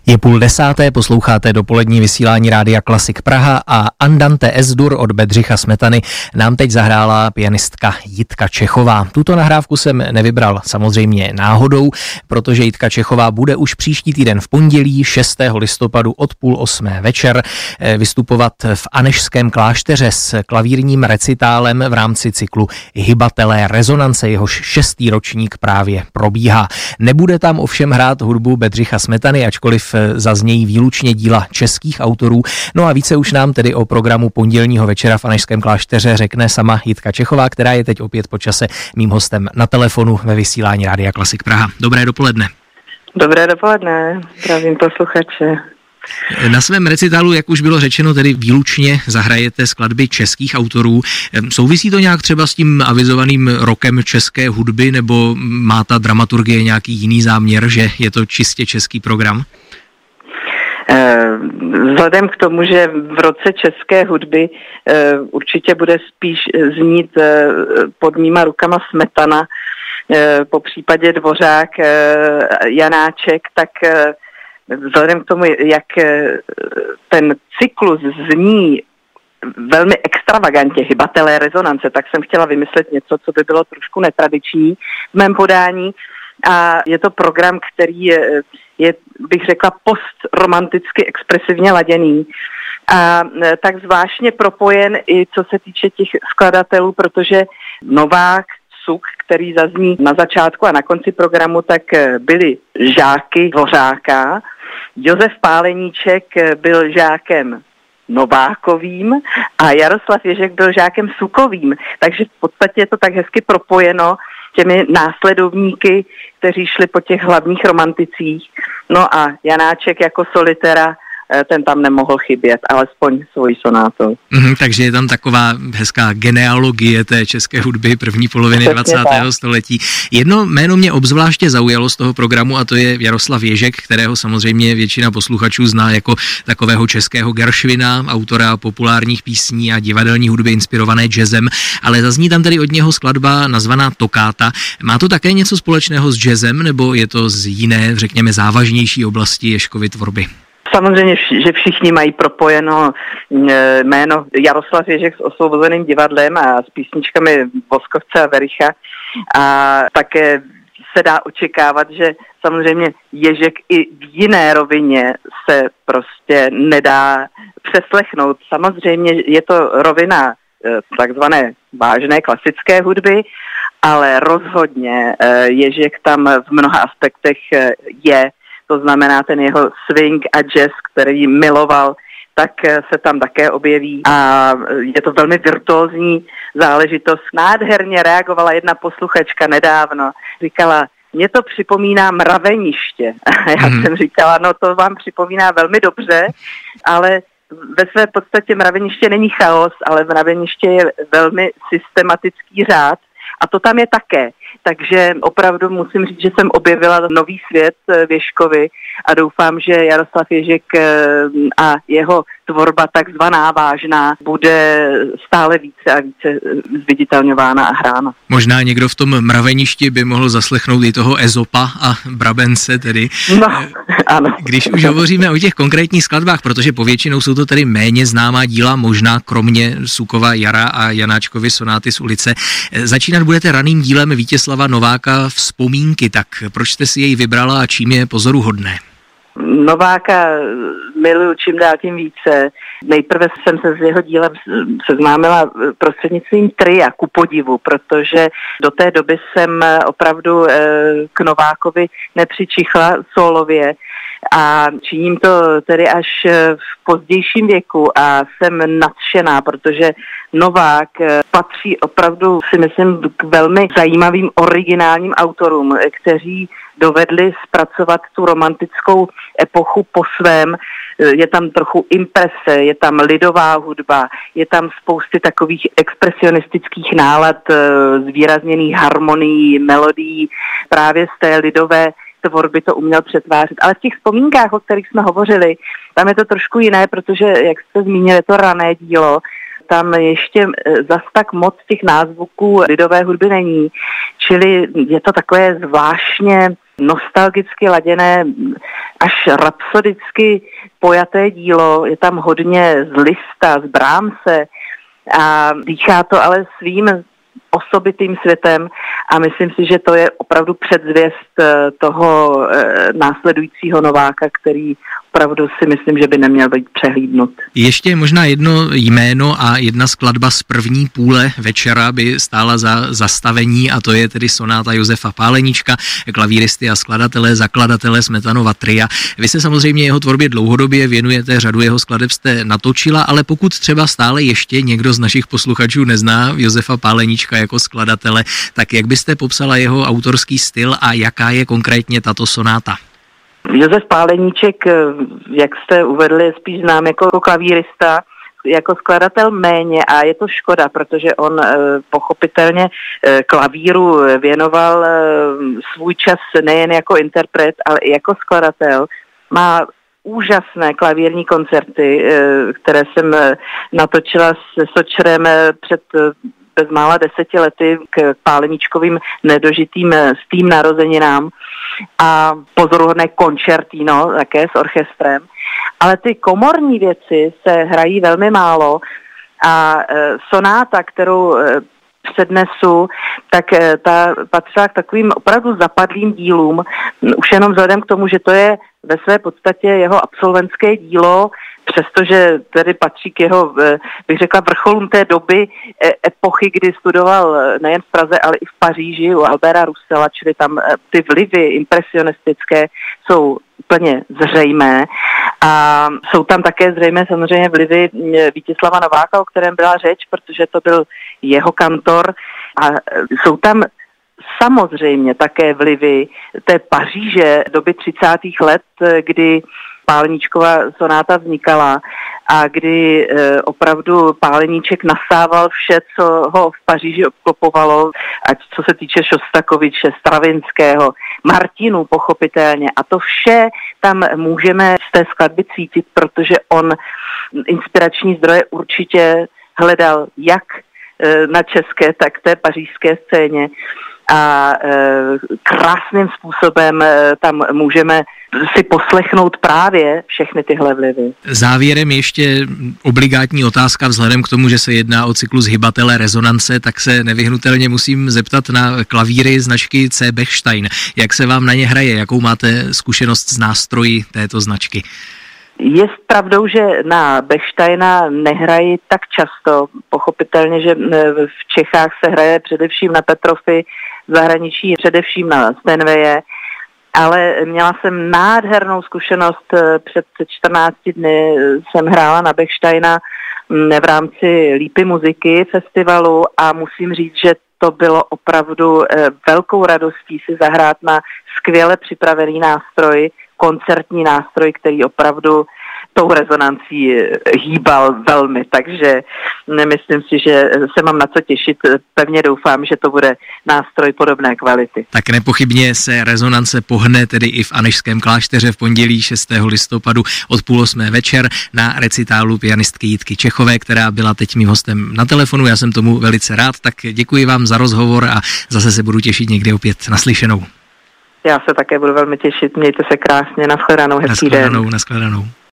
Je 9:30, posloucháte dopolední vysílání Rádia Klasik Praha a Andante S-dur od Bedřicha Smetany nám teď zahrála pianistka Jitka Čechová. Tuto nahrávku jsem nevybral samozřejmě náhodou, protože Jitka Čechová bude už příští týden v pondělí 6. listopadu od 7:30 večer vystupovat v Anežském klášteře s klavírním recitálem v rámci cyklu Hybatelé rezonance, jehož 6. ročník právě probíhá. Nebude tam ovšem hrát hudbu Bedřicha Smetany, ačkoliv zaznějí výlučně díla českých autorů. No a více už nám tedy o programu pondělního večera v Anežském klášteře řekne sama Jitka Čechová, která je teď opět po čase mým hostem na telefonu ve vysílání Rádia Klasik Praha. Dobré dopoledne. Dobré dopoledne, zdravím posluchače. Na svém recitálu, jak už bylo řečeno, tedy výlučně zahrajete skladby českých autorů. Souvisí to nějak třeba s tím avizovaným rokem české hudby, nebo má ta dramaturgie nějaký jiný záměr, že je to čistě český program? Vzhledem k tomu, že v roce české hudby určitě bude spíš znít pod mýma rukama Smetana, po případě Dvořák, Janáček, tak vzhledem k tomu, jak ten cyklus zní velmi extravagantně, Hybatelé rezonance, tak jsem chtěla vymyslet něco, co by bylo trošku netradiční v mém podání. A je to program, který je bych řekla, postromanticky expresivně laděný. A tak zvláštně propojen i co se týče těch skladatelů, protože Novák, Suk, který zazní na začátku a na konci programu, tak byli žáky Dvořáka. Josef Páleníček byl žákem Novákovým a Jaroslav Ježek byl žákem Sukovým. Takže v podstatě je to tak hezky propojeno těmi následovníky, kteří šli po těch hlavních romanticích. No a Janáček jako solitera, ten tam nemohl chybět, alespoň svojí sonátou. Takže je tam taková hezká genealogie té české hudby první poloviny 20. století. Jedno jméno mě obzvláště zaujalo z toho programu a to je Jaroslav Ježek, kterého samozřejmě většina posluchačů zná jako takového českého Gershwina, autora populárních písní a divadelní hudby inspirované jazzem, ale zazní tam tedy od něho skladba nazvaná Tokáta. Má to také něco společného s jazzem, nebo je to z jiné, řekněme, závažnější oblasti Ježkovy tvorby? Samozřejmě, že všichni mají propojeno jméno Jaroslav Ježek s Osvobozeným divadlem a s písničkami Voskovce a Vericha. A také se dá očekávat, že samozřejmě Ježek i v jiné rovině se prostě nedá přeslechnout. Samozřejmě je to rovina takzvané vážné klasické hudby, ale rozhodně Ježek tam v mnoha aspektech je. To znamená ten jeho swing a jazz, který miloval, tak se tam také objeví. A je to velmi virtuózní záležitost. Nádherně reagovala jedna posluchačka nedávno. Říkala, mě to připomíná Mraveniště. Já jsem říkala, no to vám připomíná velmi dobře, ale ve své podstatě Mraveniště není chaos, ale Mraveniště je velmi systematický řád. A to tam je také. Takže opravdu musím říct, že jsem objevila nový svět v Ježkovi a doufám, že Jaroslav Ježek a jeho tvorba takzvaná vážná bude stále více a více zviditelňována a hrána. Možná někdo v tom Mraveništi by mohl zaslechnout i toho Ezopa a Brabence tedy. No, ano. Když už hovoříme o těch konkrétních skladbách, protože povětšinou jsou to tedy méně známá díla, možná kromě Sukova Jara a Janáčkovy sonáty z ulice. Začínat budete raným dílem Vítězslava Nováka Vzpomínky, tak proč jste si jej vybrala a čím je pozoruhodné? Nováka miluju čím dál tím více. Nejprve jsem se s jeho dílem seznámila prostřednictvím tria, ku podivu, protože do té doby jsem opravdu k Novákovi nepřičichla sólově a činím to tedy až v pozdějším věku a jsem nadšená, protože Novák patří opravdu, si myslím, k velmi zajímavým originálním autorům, kteří dovedli zpracovat tu romantickou epochu po svém. Je tam trochu imprese, je tam lidová hudba, je tam spousty takových expresionistických nálad, zvýrazněných harmonií, melodií, právě z té lidové tvorby to uměl přetvářet. Ale v těch vzpomínkách, o kterých jsme hovořili, tam je to trošku jiné, protože, jak jste zmínili, je to rané dílo, tam ještě zas tak moc těch názvuků lidové hudby není. Čili je to takové zvláštně nostalgicky laděné, až rapsodicky pojaté dílo. Je tam hodně z Lista, z Brahmse a dýchá to ale svým osobitým světem a myslím si, že to je opravdu předzvěst toho následujícího nováka, který opravdu si myslím, že by neměl být přehlídnut. Ještě možná jedno jméno a jedna skladba z první půle večera by stála za zastavení a to je tedy sonáta Josefa Páleníčka, klavíristy a zakladatele Smetanova tria. Vy se samozřejmě jeho tvorbě dlouhodobě věnujete, řadu jeho skladeb jste natočila, ale pokud třeba stále ještě někdo z našich posluchačů nezná Josefa Páleníčka jako skladatele, tak jak byste popsala jeho autorský styl a jaká je konkrétně tato sonáta? Josef Páleníček, jak jste uvedli, je spíš znám jako klavírista, jako skladatel méně a je to škoda, protože on pochopitelně klavíru věnoval svůj čas nejen jako interpret, ale i jako skladatel. Má úžasné klavírní koncerty, které jsem natočila se Sočerem před bezmála 10 lety k Páleníčkovým nedožitým stým narozeninám a pozoruhodné koncertino také s orchestrem. Ale ty komorní věci se hrají velmi málo a sonáta, kterou přednesu, tak ta patřila k takovým opravdu zapadlým dílům, už jenom vzhledem k tomu, že to je ve své podstatě jeho absolventské dílo, přestože tedy patří k jeho, bych řekla, vrcholům té doby, epochy, kdy studoval nejen v Praze, ale i v Paříži u Alberta Roussela, čili tam ty vlivy impresionistické jsou úplně zřejmé. A jsou tam také zřejmé samozřejmě vlivy Vítězslava Nováka, o kterém byla řeč, protože to byl jeho kantor. A jsou tam samozřejmě také vlivy té Paříže doby 30. let, kdy Páleníčkova sonáta vznikala a kdy opravdu Páleníček nasával vše, co ho v Paříži obklopovalo, ať co se týče Šostakoviče, Stravinského, Martinu pochopitelně. A to vše tam můžeme z té skladby cítit, protože on inspirační zdroje určitě hledal jak na české, tak té pařížské scéně. A krásným způsobem tam můžeme si poslechnout právě všechny tyhle vlivy. Závěrem ještě obligátní otázka vzhledem k tomu, že se jedná o cyklus hybatele rezonance, tak se nevyhnutelně musím zeptat na klavíry značky C. Bechstein. Jak se vám na ně hraje? Jakou máte zkušenost s nástroji této značky? Je pravdou, že na Bechsteina nehrají tak často. Pochopitelně, že v Čechách se hraje především na Petrofy, v zahraničí především na Steinwaye, ale měla jsem nádhernou zkušenost. Před 14 dny jsem hrála na Bechsteina v rámci Lípy muziky festivalu a musím říct, že to bylo opravdu velkou radostí si zahrát na skvěle připravený nástroj, koncertní nástroj, který opravdu tou rezonancí hýbal velmi, takže nemyslím si, že se mám na co těšit. Pevně doufám, že to bude nástroj podobné kvality. Tak nepochybně se rezonance pohne tedy i v Anežském klášteře v pondělí 6. listopadu od 7:30 večer na recitálu pianistky Jitky Čechové, která byla teď mým hostem na telefonu. Já jsem tomu velice rád, tak děkuji vám za rozhovor a zase se budu těšit někdy opět naslyšenou. Já se také budu velmi těšit, mějte se krásně, nashledanou, hezký den. Nashledanou.